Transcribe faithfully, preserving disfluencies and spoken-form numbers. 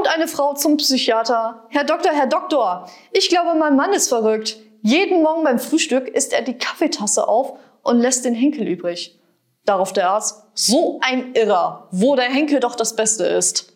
eine Frau zum Psychiater. Herr Doktor, Herr Doktor, ich glaube, mein Mann ist verrückt. Jeden Morgen beim Frühstück isst er die Kaffeetasse auf und lässt den Henkel übrig. Darauf der Arzt: So ein Irrer, wo der Henkel doch das Beste ist.